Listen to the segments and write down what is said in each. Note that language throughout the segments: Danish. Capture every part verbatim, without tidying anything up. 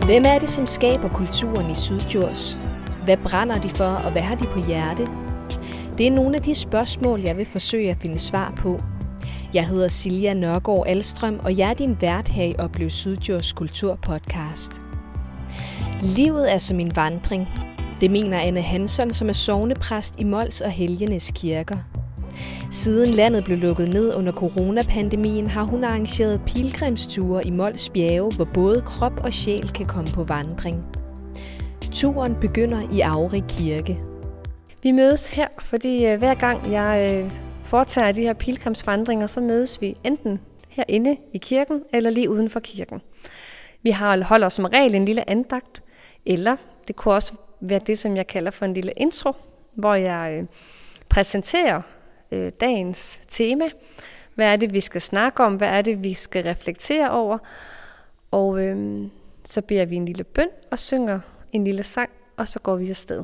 Hvem er det, som skaber kulturen i Syddjurs? Hvad brænder de for, og hvad har de på hjerte? Det er nogle af de spørgsmål, jeg vil forsøge at finde svar på. Jeg hedder Silja Nørgaard Alstrøm, og jeg er din vært her i Oplev Syddjurs Kulturpodcast. Livet er som en vandring. Det mener Anne Hansson, som er sognepræst i Mols og Helgenes kirker. Siden landet blev lukket ned under coronapandemien, har hun arrangeret pilgrimsture i Mols bjerge, hvor både krop og sjæl kan komme på vandring. Turen begynder i Agri Kirke. Vi mødes her, fordi hver gang jeg foretager de her pilgrimsvandringer, så mødes vi enten herinde i kirken eller lige uden for kirken. Vi har holder som regel en lille andagt, eller det kunne også være det, som jeg kalder for en lille intro, hvor jeg præsenterer dagens tema. Hvad er det, vi skal snakke om? Hvad er det, vi skal reflektere over? Og øhm, så beder vi en lille bøn og synger en lille sang, og så går vi afsted.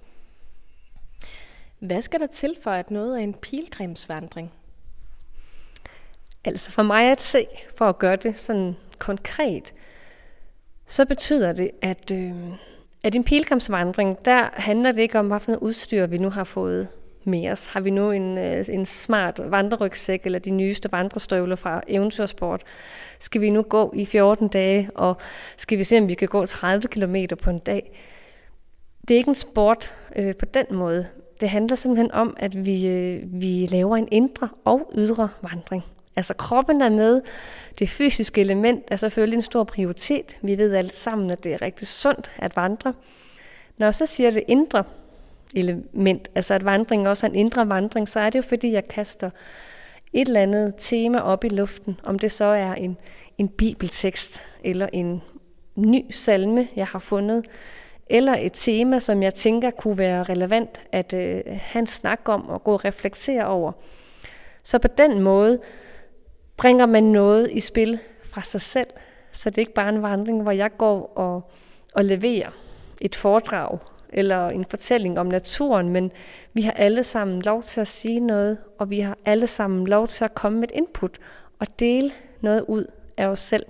Hvad skal der til for, at noget er en pilgrimsvandring? Altså for mig at se, for at gøre det sådan konkret, så betyder det, at, øh, at en pilgrimsvandring, der handler det ikke om, hvad for noget udstyr vi nu har fået med os. Har vi nu en, en smart vandrerygsæk eller de nyeste vandrestøvler fra Eventyrsport? Skal vi nu gå i fjorten dage, og skal vi se, om vi kan gå tredive kilometer på en dag? Det er ikke en sport øh, på den måde. Det handler simpelthen om, at vi, øh, vi laver en indre og ydre vandring. Altså kroppen er med. Det fysiske element er selvfølgelig en stor prioritet. Vi ved alle sammen, at det er rigtig sundt at vandre. Når jeg så siger det indre element, altså at vandringen også er en indre vandring, så er det jo fordi, jeg kaster et eller andet tema op i luften, om det så er en, en bibeltekst, eller en ny salme, jeg har fundet, eller et tema, som jeg tænker kunne være relevant at øh, have en snak om og gå og reflektere over. Så på den måde bringer man noget i spil fra sig selv, så det er ikke bare en vandring, hvor jeg går og, og leverer et foredrag eller en fortælling om naturen, men vi har alle sammen lov til at sige noget, og vi har alle sammen lov til at komme med et input og dele noget ud af os selv.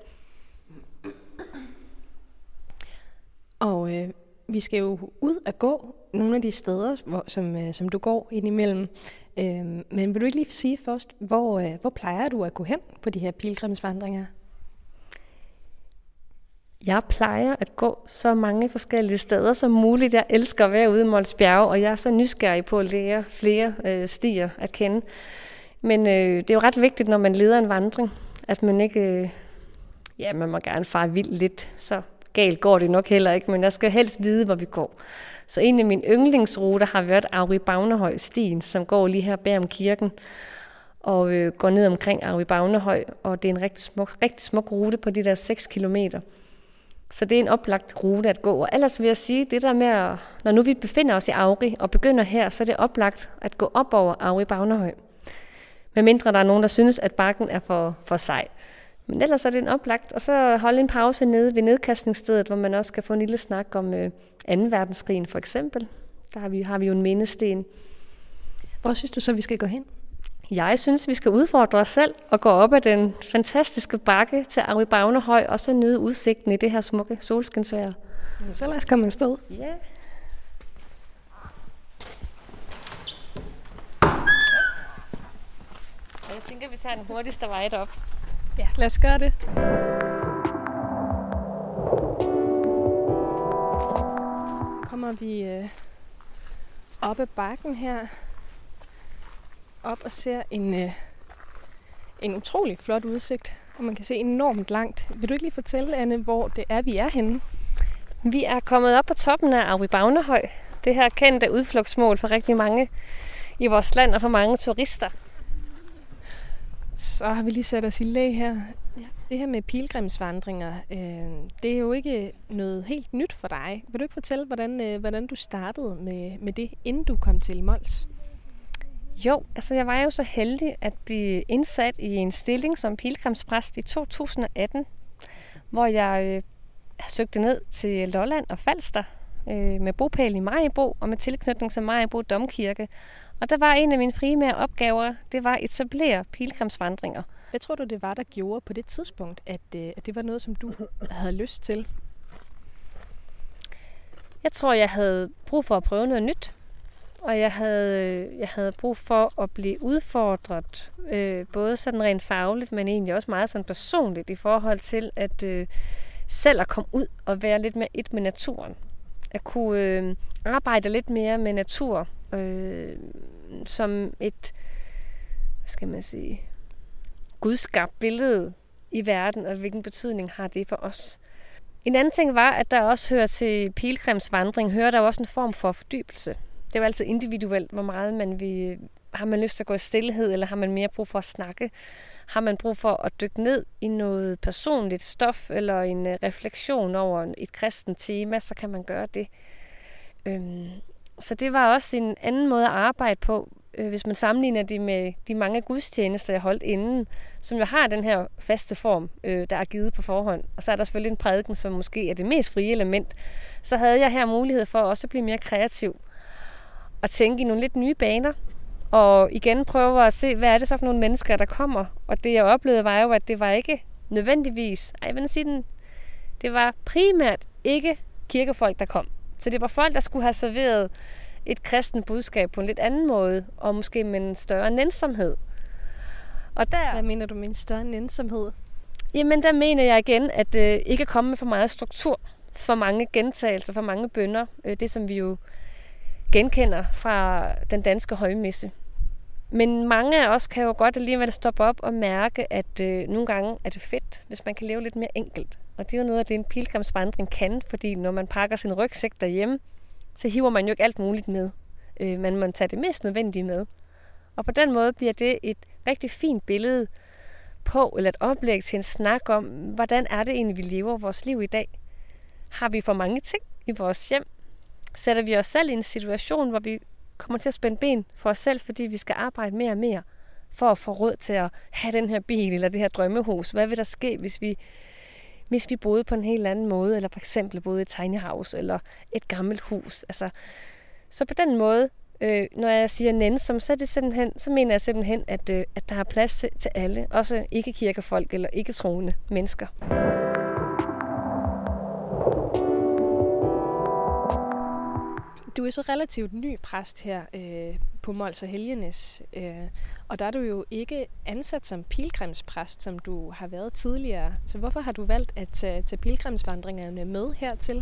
Og øh, vi skal jo ud og gå nogle af de steder, hvor, som, øh, som du går indimellem. Øh, men vil du ikke lige sige først, hvor, øh, hvor plejer du at gå hen på de her pilgrimsvandringer? Jeg plejer at gå så mange forskellige steder som muligt. Jeg elsker at være ude i Mols Bjerge, og jeg er så nysgerrig på at lære flere øh, stier at kende. Men øh, det er jo ret vigtigt, når man leder en vandring, at man ikke... Øh, ja, man må gerne fare vildt lidt, så galt går det nok heller ikke, men jeg skal helst vide, hvor vi går. Så en af mine yndlingsruter har været Agri Bagnehøj-stien, som går lige her bag om kirken, og øh, går ned omkring Agri Bagnehøj, og det er en rigtig smuk, rigtig smuk rute på de der seks kilometer. Så det er en oplagt rute at gå. Og ellers vil jeg sige, det der med, at, når nu vi befinder os i Agri og begynder her, så er det oplagt at gå op over Agri Bagnehøj. Medmindre der er nogen, der synes, at bakken er for, for sej. Men ellers er det en oplagt. Og så holde en pause nede ved nedkastningsstedet, hvor man også kan få en lille snak om øh, anden verdenskrigen for eksempel. Der har vi, har vi jo en mindesten. Hvor synes du så, vi skal gå hen? Jeg synes, vi skal udfordre os selv og gå op ad den fantastiske bakke til Agri Bagnehøj, og så nyde udsigten i det her smukke solskinsvejr. Så lad os komme afsted. Ja. Yeah. Jeg tænker, vi tager den hurtigste vej derop. Ja, lad os gøre det. Kommer vi øh, op ad bakken her, op og ser en, øh, en utrolig flot udsigt, og man kan se enormt langt. Vil du ikke lige fortælle, Anne, hvor det er, vi er henne? Vi er kommet op på toppen af Agri Bagnehøj. Det her kendte udflugtsmål for rigtig mange i vores land og for mange turister. Så har vi lige sat os i læ her. Ja. Det her med pilgrimsvandringer, øh, det er jo ikke noget helt nyt for dig. Vil du ikke fortælle, hvordan, øh, hvordan du startede med, med det, inden du kom til Mols? Jo, altså jeg var jo så heldig at blive indsat i en stilling som pilgrimspræst i to tusind og atten, hvor jeg øh, søgte ned til Lolland og Falster øh, med bopæl i Maribo og med tilknytning til Maribo Domkirke. Og der var en af mine primære opgaver, det var at etablere pilgrimsvandringer. Hvad tror du, det var, der gjorde på det tidspunkt, at, at det var noget, som du havde lyst til? Jeg tror, jeg havde brug for at prøve noget nyt. Og jeg havde, jeg havde brug for at blive udfordret, øh, både sådan rent fagligt, men egentlig også meget sådan personligt i forhold til at øh, selv at komme ud og være lidt mere et med naturen. At kunne øh, arbejde lidt mere med natur øh, som et, hvad skal man sige, gudskabt billede i verden, og hvilken betydning har det for os. En anden ting var, at der også hører til pilgrimsvandring, hører der også en form for fordybelse. Det er jo altid individuelt, hvor meget man vil. Har man lyst til at gå i stillhed, eller har man mere brug for at snakke? Har man brug for at dykke ned i noget personligt stof, eller en refleksion over et kristent tema, så kan man gøre det. Øhm, så det var også en anden måde at arbejde på, øh, hvis man sammenligner det med de mange gudstjenester, jeg holdt inden, som jo har den her faste form, øh, der er givet på forhånd. Og så er der selvfølgelig en prædiken, som måske er det mest frie element. Så havde jeg her mulighed for også at blive mere kreativ og tænke i nogle lidt nye baner. Og igen prøve at se, hvad er det så for nogle mennesker, der kommer. Og det jeg oplevede var jo, at det var ikke nødvendigvis, ej, jeg vil sige den, det var primært ikke kirkefolk, der kom. Så det var folk, der skulle have serveret et kristent budskab på en lidt anden måde, og måske med en større nænsomhed. Og der, hvad mener du med en større nænsomhed? Jamen, der mener jeg igen, at øh, ikke komme med for meget struktur, for mange gentagelser, for mange bønner. Øh, det, som vi jo genkender fra den danske højmesse. Men mange af os kan jo godt alligevel stoppe op og mærke, at øh, nogle gange er det fedt, hvis man kan leve lidt mere enkelt. Og det er jo noget af det, en pilgrimsvandring kan, fordi når man pakker sin rygsæk derhjemme, så hiver man jo ikke alt muligt med. Øh, man må tage det mest nødvendige med. Og på den måde bliver det et rigtig fint billede på, eller et oplæg til en snak om, hvordan er det egentlig, vi lever vores liv i dag. Har vi for mange ting i vores hjem? Sætter vi os selv i en situation, hvor vi kommer til at spænde ben for os selv, fordi vi skal arbejde mere og mere for at få råd til at have den her bil eller det her drømmehus? Hvad vil der ske, hvis vi, hvis vi boede på en helt anden måde, eller for eksempel boede i et tiny house eller et gammelt hus? Altså, så på den måde, øh, når jeg siger nænsom, så, er det simpelthen, så mener jeg simpelthen, at, øh, at der er plads til, til alle, også ikke-kirkefolk eller ikke-troende mennesker. Du er så relativt ny præst her øh, på Mols og Helgenæs, øh, og der er du jo ikke ansat som pilgrimspræst, som du har været tidligere. Så hvorfor har du valgt at tage, tage pilgrimsvandringerne med hertil?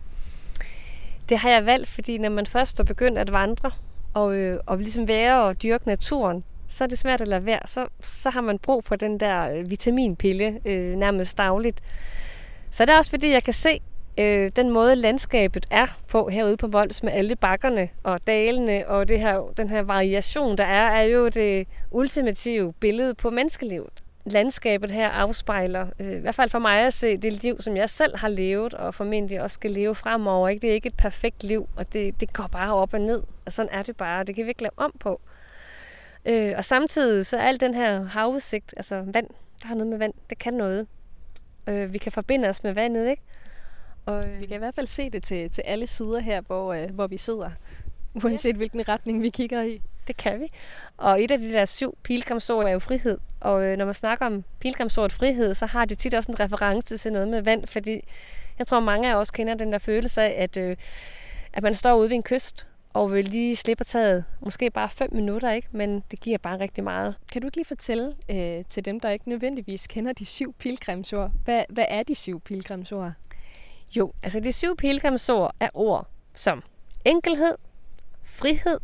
Det har jeg valgt, fordi når man først er begyndt at vandre og, øh, og ligesom være og dyrke naturen, så er det svært at lade være. Så, så har man brug for den der vitaminpille øh, nærmest dagligt. Så det er også fordi, jeg kan se, Øh, den måde landskabet er på herude på Mols med alle bakkerne og dalene og det her, den her variation, der er, er jo det ultimative billede på menneskelivet. Landskabet her afspejler, øh, i hvert fald for mig at se, det liv, som jeg selv har levet og formentlig også skal leve fremover. Ikke? Det er ikke et perfekt liv, og det, det går bare op og ned. Og sådan er det bare, det kan vi ikke lave om på. Øh, og samtidig så er al den her havudsigt, altså vand, der har noget med vand, det kan noget. Øh, vi kan forbinde os med vandet, ikke? Og vi kan i hvert fald se det til, til alle sider her, hvor, øh, hvor vi sidder, uanset ja. hvilken retning vi kigger i. Det kan vi. Og et af de der syv pilgrimsord er jo frihed. Og øh, når man snakker om pilgrimsordet frihed, så har det tit også en reference til noget med vand, fordi jeg tror, mange af os kender den der følelse af, at, øh, at man står ude ved en kyst, og vil lige slippe taget måske bare fem minutter, ikke? Men det giver bare rigtig meget. Kan du ikke lige fortælle øh, til dem, der ikke nødvendigvis kender de syv pilgrimsord, hvad, hvad er de syv pilgrimsord? Jo, altså de syv pilgrimsord er ord som enkelhed, frihed,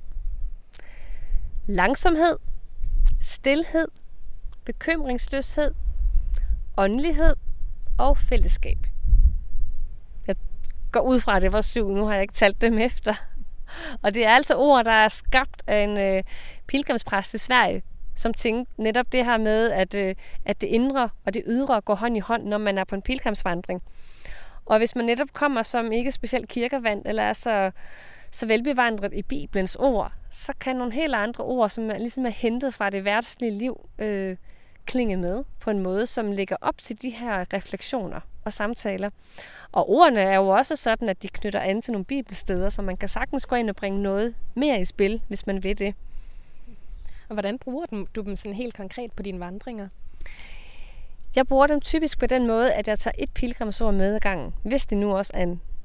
langsomhed, stilhed, bekymringsløshed, åndelighed og fællesskab. Jeg går ud fra, at det var syv, nu har jeg ikke talt dem efter. Og det er altså ord, der er skabt af en øh, pilgrimspræst i Sverige, som tænkte netop det her med, at, øh, at det indre og det ydre går hånd i hånd, når man er på en pilgrimsvandring. Og hvis man netop kommer som ikke specielt kirkevand, eller er så, så velbevandret i Bibelens ord, så kan nogle helt andre ord, som er, ligesom er hentet fra det verdslige liv, øh, klinge med på en måde, som lægger op til de her refleksioner og samtaler. Og ordene er jo også sådan, at de knytter an til nogle bibelsteder, så man kan sagtens gå ind og bringe noget mere i spil, hvis man vil det. Og hvordan bruger du dem sådan helt konkret på dine vandringer? Jeg bruger dem typisk på den måde, at jeg tager et pilgrimsord med ad gangen, hvis det nu også er en,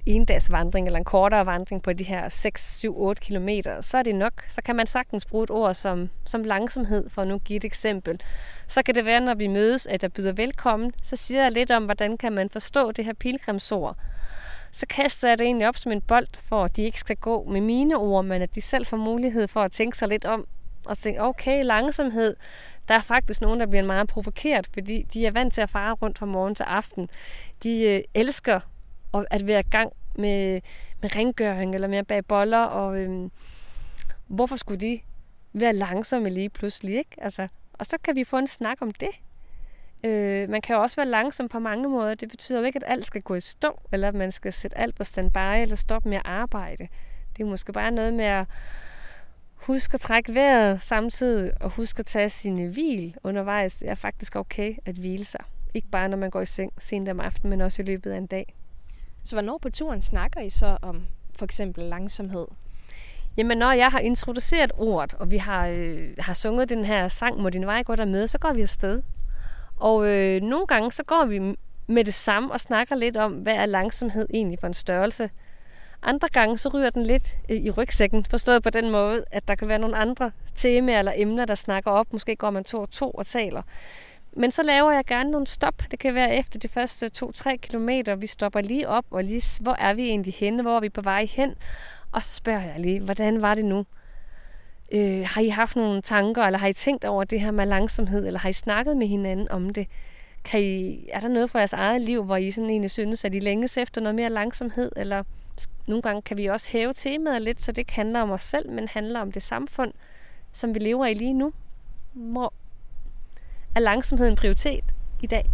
endagsvandring eller en kortere vandring på de her seks, syv, otte kilometer, så er det nok. Så kan man sagtens bruge et ord som, som langsomhed, for at nu give et eksempel. Så kan det være, når vi mødes, at jeg byder velkommen, så siger jeg lidt om, hvordan kan man forstå det her pilgrimsord. Så kaster jeg det egentlig op som en bold, for at de ikke skal gå med mine ord, men at de selv får mulighed for at tænke sig lidt om, og tænke, okay, langsomhed, der er faktisk nogen, der bliver meget provokeret, fordi de er vant til at fare rundt fra morgen til aften. De øh, elsker at være i gang med, med rengøring eller med at bage boller, og øh, hvorfor skulle de være langsomme lige pludselig, ikke? Altså, og så kan vi få en snak om det. Øh, man kan jo også være langsom på mange måder. Det betyder jo ikke, at alt skal gå i stå, eller at man skal sætte alt på standby, eller stoppe med at arbejde. Det er måske bare noget med at huske at trække vejret samtidig, og huske at tage sine hvil undervejs. Det er faktisk okay at hvile sig. Ikke bare når man går i seng sent om aftenen, men også i løbet af en dag. Så hvornår på turen snakker I så om for eksempel langsomhed? Jamen, når jeg har introduceret ordet, og vi har, øh, har sunget den her sang, Må din vej gå der med, så går vi afsted. Og øh, nogle gange, så går vi med det samme og snakker lidt om, hvad er langsomhed egentlig for en størrelse. Andre gange, så ryger den lidt øh, i rygsækken, forstået på den måde, at der kan være nogle andre temaer eller emner, der snakker op. Måske går man to og to og taler. Men så laver jeg gerne nogle stop. Det kan være efter de første to-tre kilometer. Vi stopper lige op, og lige, hvor er vi egentlig henne? Hvor er vi på vej hen? Og så spørger jeg lige, hvordan var det nu? Øh, har I haft nogle tanker, eller har I tænkt over det her med langsomhed, eller har I snakket med hinanden om det? Kan I, er der noget fra jeres eget liv, hvor I sådan egentlig synes, at I længes efter noget mere langsomhed? Eller nogle gange kan vi også hæve temaet lidt, så det ikke handler om os selv, men handler om det samfund, som vi lever i lige nu. Hvor er langsomhed en prioritet i dag?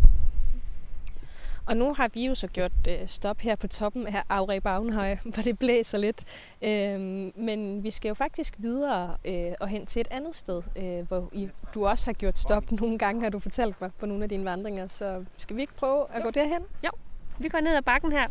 Og nu har vi jo så gjort øh, stop her på toppen af Aure Bavnehøj, hvor det blæser lidt. Øhm, men vi skal jo faktisk videre øh, og hen til et andet sted, øh, hvor I, du også har gjort stop nogle gange, har du fortalt mig på nogle af dine vandringer. Så skal vi ikke prøve at jo. gå derhen? Jo, vi går ned ad bakken her.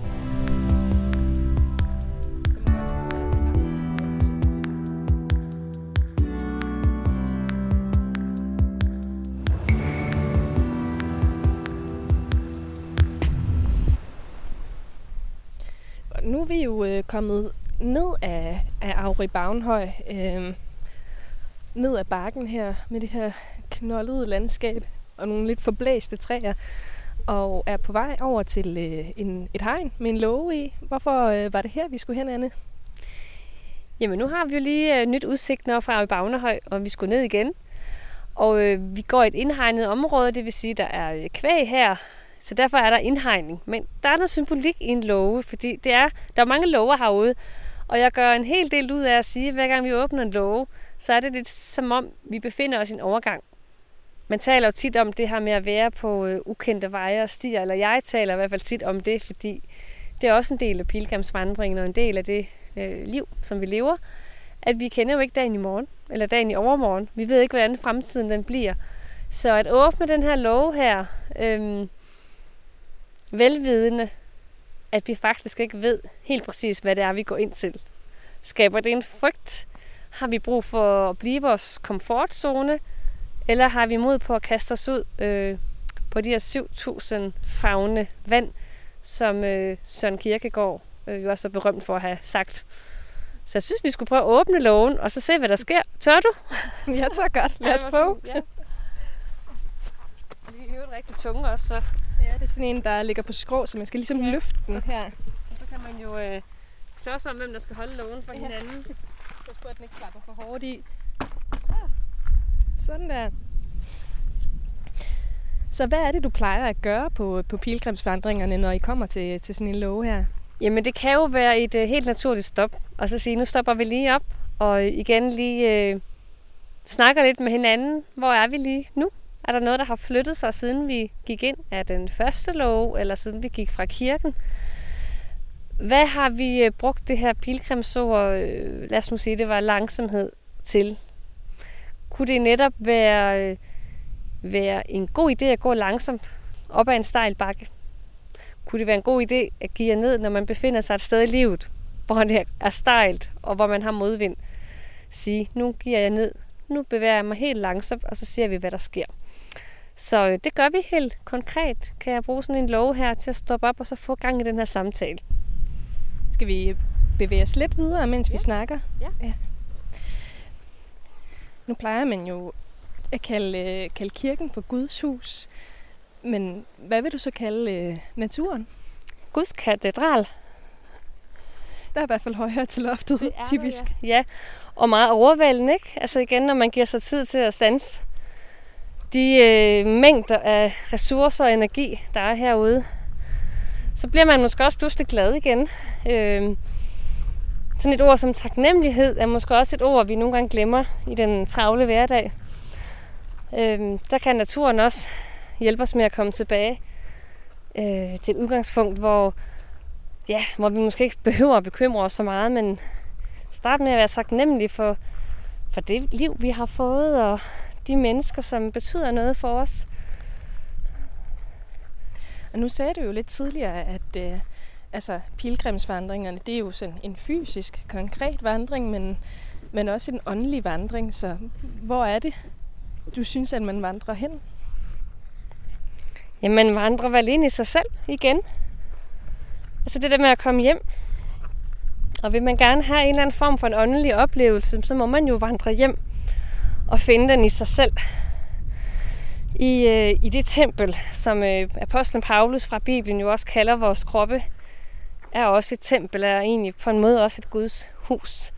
Nu er vi jo øh, kommet ned af, af Aure Bavnehøj, øh, ned ad bakken her med det her knoldede landskab og nogle lidt forblæste træer, og er på vej over til øh, en, et hegn med en låge i. Hvorfor øh, var det her, vi skulle hen, Anne? Jamen, nu har vi jo lige øh, nyt udsigt når fra Aure Bavnehøj, og vi skulle ned igen. Og øh, vi går i et indhegnet område, det vil sige, der er kvæg her. Så derfor er der indhegning. Men der er noget symbolik i en låge, fordi det er, der er mange låger herude. Og jeg gør en hel del ud af at sige, at hver gang vi åbner en låge, så er det lidt som om, vi befinder os i en overgang. Man taler jo tit om det her med at være på øh, ukendte veje og stier, eller jeg taler i hvert fald tit om det, fordi det er også en del af pilgrimsvandringen og en del af det øh, liv, som vi lever. At vi kender jo ikke dagen i morgen, eller dagen i overmorgen. Vi ved ikke, hvordan fremtiden den bliver. Så at åbne den her låge her, øh, velvidende, at vi faktisk ikke ved helt præcis, hvad det er, vi går ind til. Skaber det en frygt? Har vi brug for at blive i vores komfortzone? Eller har vi mod på at kaste os ud øh, på de her syv tusind favne vand, som øh, Søren Kierkegaard øh, jo også er berømt for at have sagt. Så jeg synes, vi skulle prøve at åbne lågen, og så se, hvad der sker. Tør du? Jeg tør godt. Lad os prøve. Ja. Vi er jo rigtig tunge også, så. Ja, det er sådan en, der ligger på skrå, så man skal ligesom ja. løfte den her. Og så kan man jo øh, slås om, hvem der skal holde lågen for ja. hinanden. Pas på, at den ikke klapper for hårdt i. Så. Sådan der. Så hvad er det, du plejer at gøre på, på pilgrimsvandringerne, når I kommer til, til sådan en låge her? Jamen, det kan jo være et uh, helt naturligt stop. Og så sige, nu stopper vi lige op, og igen lige uh, snakker lidt med hinanden. Hvor er vi lige nu? Er der noget, der har flyttet sig, siden vi gik ind af den første låge, eller siden vi gik fra kirken? Hvad har vi uh, brugt det her pilgrimsord, uh, lad os nu sige, det var langsomhed til? Kunne det netop være, uh, være en god idé at gå langsomt op ad en stejl bakke? Kunne det være en god idé at give jer ned, når man befinder sig et sted i livet, hvor det er stejlt, og hvor man har modvind? Sige, nu giver jeg ned, nu bevæger jeg mig helt langsomt, og så ser vi, hvad der sker. Så det gør vi helt konkret. Kan jeg bruge sådan en låge her til at stoppe op, og så få gang i den her samtale? Skal vi bevæge os lidt videre, mens ja. vi snakker? Ja. ja. Nu plejer man jo at kalde, kalde kirken for Guds hus. Men hvad vil du så kalde uh, naturen? Guds katedral. Der er i hvert fald højere til loftet, det er typisk. Det, ja. ja, og meget overvældende, ikke? Altså igen, når man giver sig tid til at sanse de øh, mængder af ressourcer og energi, der er herude, så bliver man måske også pludselig glad igen. Øh, sådan et ord som taknemmelighed er måske også et ord, vi nogle gange glemmer i den travle hverdag. Øh, der kan naturen også hjælpe os med at komme tilbage øh, til et udgangspunkt, hvor, ja, hvor vi måske ikke behøver at bekymre os så meget, men starte med at være taknemmelige for, for det liv, vi har fået, og de mennesker, som betyder noget for os. Og nu sagde du jo lidt tidligere, at øh, altså, pilgrimsvandringerne, det er jo sådan en fysisk, konkret vandring, men, men også en åndelig vandring. Så hvor er det, du synes, at man vandrer hen? Jamen, man vandrer vel ind i sig selv igen. Altså det der med at komme hjem. Og vil man gerne have en eller anden form for en åndelig oplevelse, så må man jo vandre hjem og finde den i sig selv. I, øh, i det tempel, som øh, apostlen Paulus fra Bibelen jo også kalder vores kroppe, er også et tempel, er egentlig på en måde også et Guds hus.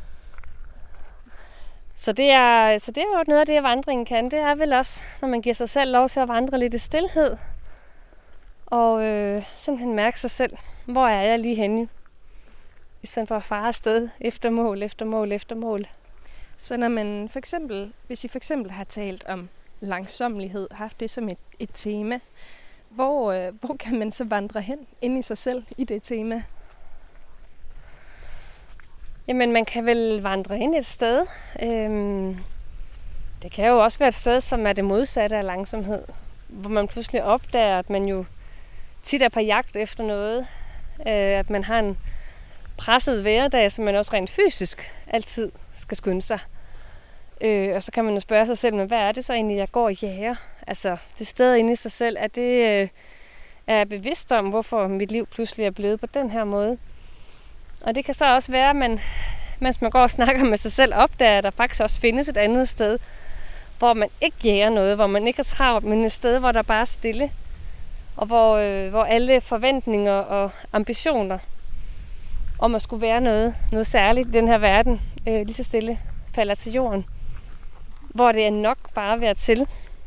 Så det er, så det er jo noget af det, vandringen kan. Det er vel også, når man giver sig selv lov til at vandre lidt i stilhed. Og øh, simpelthen mærke sig selv, hvor er jeg lige henne. I stedet for at fare afsted efter mål, efter mål, efter mål. Så når man for eksempel, hvis I for eksempel har talt om langsommelighed, haft det som et, et tema, hvor, øh, hvor kan man så vandre hen ind i sig selv i det tema? Jamen, man kan vel vandre ind et sted. Øhm, det kan jo også være et sted, som er det modsatte af langsomhed. Hvor man pludselig opdager, at man jo tit er på jagt efter noget. Øh, at man har en presset hverdag, som man også rent fysisk altid skal skynde sig. Øh, og så kan man jo spørge sig selv, men hvad er det så egentlig, jeg går og jager? Altså, det sted inde i sig selv, er det øh, er jeg bevidst om, hvorfor mit liv pludselig er blevet på den her måde? Og det kan så også være, at man, mens man går og snakker med sig selv, opdager, at der faktisk også findes et andet sted, hvor man ikke jager noget, hvor man ikke er travlt, men et sted, hvor der bare er stille. Og hvor, øh, hvor alle forventninger og ambitioner om at skulle være noget, noget særligt i den her verden, øh, lige så stille falder til jorden. Hvor det er nok bare at være til.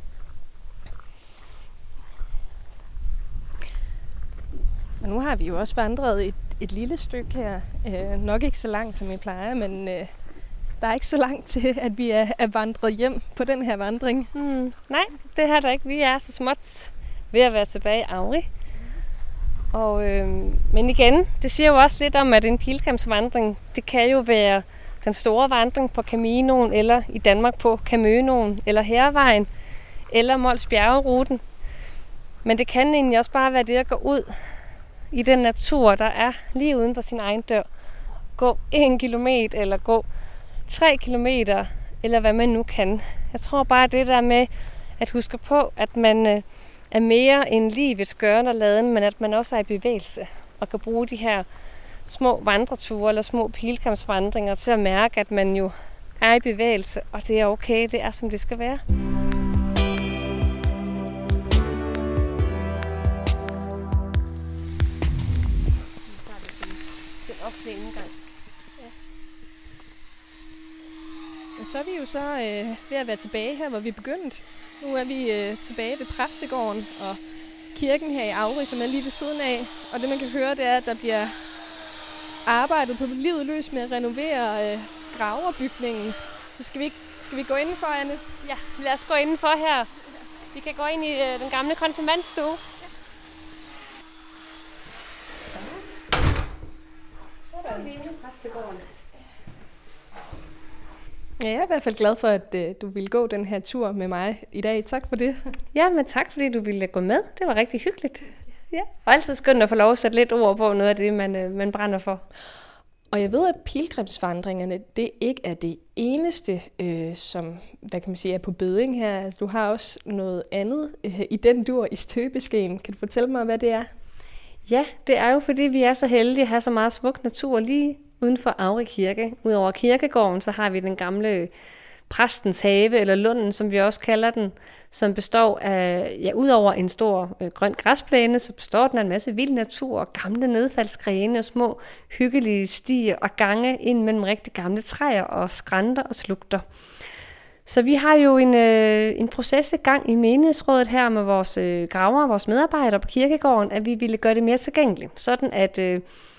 Og nu har vi jo også vandret et, et lille stykke her. Øh, nok ikke så langt, som vi plejer, men øh, der er ikke så langt til, at vi er, er vandret hjem på den her vandring. Hmm, nej, det her der ikke. Vi er så småt ved at være tilbage i Auri. Og, øh, men igen, det siger jo også lidt om, at en pilgrimsvandring, det kan jo være den store vandring på Caminoen, eller i Danmark på Camønoen, eller Hærvejen, eller Mols Bjergeruten. Men det kan egentlig også bare være det at gå ud i den natur, der er lige uden for sin egen dør. Gå en kilometer, eller gå tre kilometer, eller hvad man nu kan. Jeg tror bare det der med at huske på, at man øh, er mere end livets gøren og laden, men at man også er i bevægelse og kan bruge de her små vandreture eller små pilgrimsvandringer til at mærke, at man jo er i bevægelse, og det er okay, det er som det skal være. Og så er vi jo så øh, ved at være tilbage her, hvor vi er begyndt. Nu er vi øh, tilbage ved præstegården og kirken her i Auri, som er lige ved siden af. Og det man kan høre, det er, at der bliver arbejdet på livet løs med at renovere øh, graverbygningen. Så skal vi, skal vi gå indenfor, Anne? Ja, lad os gå indenfor her. Vi kan gå ind i øh, den gamle konfirmandstue. Så er vi inde i præstegården. Ja, jeg er i hvert fald glad for, at øh, du ville gå den her tur med mig i dag. Tak for det. Ja, men tak fordi du ville gå med. Det var rigtig hyggeligt. Ja. Og altid skønt at få lov at sætte lidt ord på noget af det, man, øh, man brænder for. Og jeg ved, at pilgrimsvandringerne, det ikke er det eneste, øh, som hvad kan man sige, er på beding her. Altså, du har også noget andet øh, i den dur i støbeskeen. Kan du fortælle mig, hvad det er? Ja, det er jo fordi, vi er så heldige at have så meget smuk natur lige uden for Agri Kirke. Udover kirkegården, så har vi den gamle præstens have, eller lunden, som vi også kalder den, som består af, ja, udover en stor øh, grøn græsplæne, så består den af en masse vild natur og gamle nedfaldsgrene og små hyggelige stier og gange ind mellem rigtig gamle træer og skrænter og slugter. Så vi har jo en, øh, en proces i gang i menighedsrådet her med vores øh, gravere og vores medarbejdere på kirkegården, at vi ville gøre det mere tilgængeligt, sådan at øh,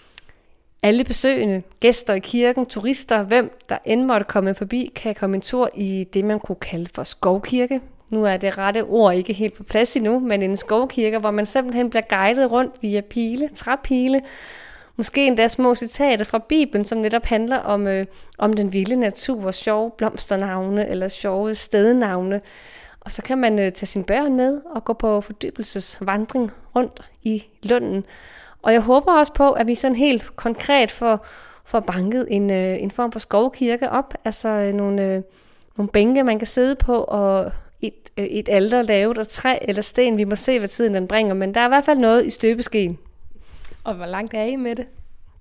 alle besøgende, gæster i kirken, turister, hvem der end måtte komme forbi, kan komme en tur i det, man kunne kalde for skovkirke. Nu er det rette ord ikke helt på plads endnu, men en skovkirke, hvor man simpelthen bliver guidet rundt via pile, træpile, måske endda små citater fra Bibelen, som netop handler om, øh, om den vilde natur, sjove blomsternavne eller sjove stednavne. Og så kan man øh, tage sine børn med og gå på fordybelsesvandring rundt i lunden. Og jeg håber også på, at vi sådan helt konkret får, får banket en, øh, en form for skovkirke op. Altså øh, nogle, øh, nogle bænke, man kan sidde på, og et, øh, et alter lavet af træ eller sten. Vi må se, hvad tiden den bringer, men der er i hvert fald noget i støbeskeen. Og hvor langt er I med det?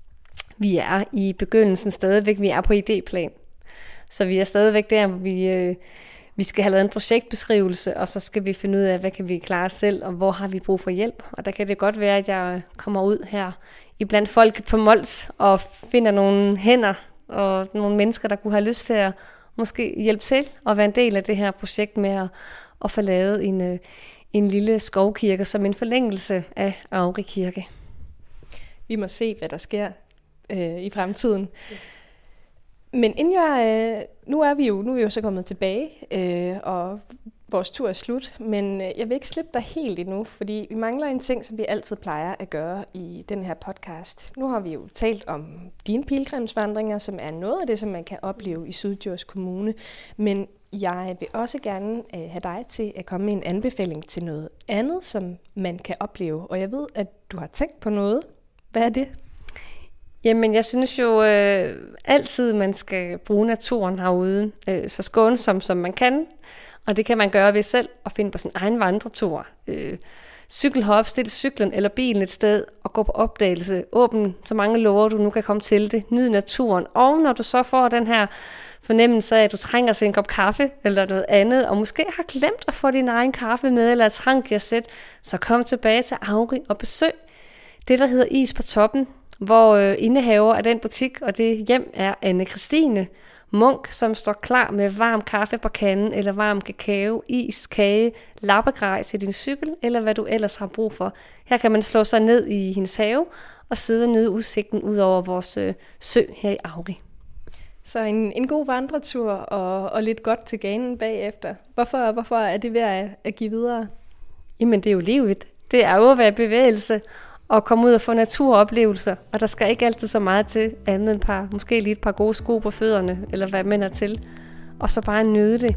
Vi er i begyndelsen stadigvæk. Vi er på idéplan. Så vi er stadigvæk der, hvor vi, øh, vi skal have lavet en projektbeskrivelse, og så skal vi finde ud af, hvad kan vi klare selv, og hvor har vi brug for hjælp. Og der kan det godt være, at jeg kommer ud her iblandt folk på Mols og finder nogle hænder og nogle mennesker, der kunne have lyst til at måske hjælpe til og være en del af det her projekt med at, at få lavet en, øh, en lille skovkirke som en forlængelse af Agri Kirke. Vi må se, hvad der sker øh, i fremtiden. Ja. Men inden jeg, øh, nu er vi jo nu er vi jo så kommet tilbage, øh, og vores tur er slut, men øh, jeg vil ikke slippe dig helt endnu, fordi vi mangler en ting, som vi altid plejer at gøre i den her podcast. Nu har vi jo talt om dine pilgrimsvandringer, som er noget af det, som man kan opleve i Syddjurs Kommune, men jeg vil også gerne øh, have dig til at komme med en anbefaling til noget andet, som man kan opleve, og jeg ved, at du har tænkt på noget. Hvad er det? Jamen, jeg synes jo øh, altid, man skal bruge naturen herude, øh, så skånsomt som man kan. Og det kan man gøre ved selv at finde på sin egen vandretur. Øh, cykel herop, stil cyklen eller bilen et sted og gå på opdagelse. Åbn så mange låger, du nu kan komme til det. Nyd naturen. Og når du så får den her fornemmelse af, at du trænger til en kop kaffe eller noget andet, og måske har glemt at få din egen kaffe med eller et trankjærsæt, så kom tilbage til Agri og besøg det, der hedder Is på Toppen, hvor øh, indehaver af den butik og det hjem er Anne Christine Munk, som står klar med varm kaffe på kanden, eller varm kakao, is, kage, lappegrej til din cykel, eller hvad du ellers har brug for. Her kan man slå sig ned i hendes have og sidde og nyde udsigten ud over vores øh, sø her i Agri. Så en, en god vandretur og, og lidt godt til ganen bagefter. Hvorfor, hvorfor er det ved at, at give videre? Jamen, det er jo livet. Det er jo at være i bevægelse og komme ud og få naturoplevelser. Og der skal ikke altid så meget til, andet end par, måske lige et par gode sko på fødderne, eller hvad man er til. Og så bare nyde det.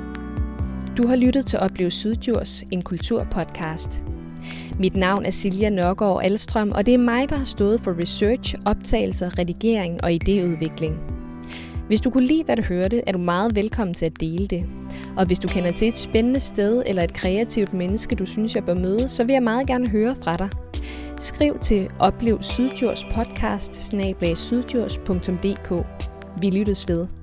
Du har lyttet til Oplev Syddjurs, en kulturpodcast. Mit navn er Silja Nørgaard Alstrøm, og det er mig, der har stået for research, optagelser, redigering og idéudvikling. Hvis du kunne lide, hvad du hørte, er du meget velkommen til at dele det. Og hvis du kender til et spændende sted eller et kreativt menneske, du synes, jeg bør møde, så vil jeg meget gerne høre fra dig. Skriv til oplev syddjurs podcast snabel-a syddjurs punktum d k. Vi lyttes ved.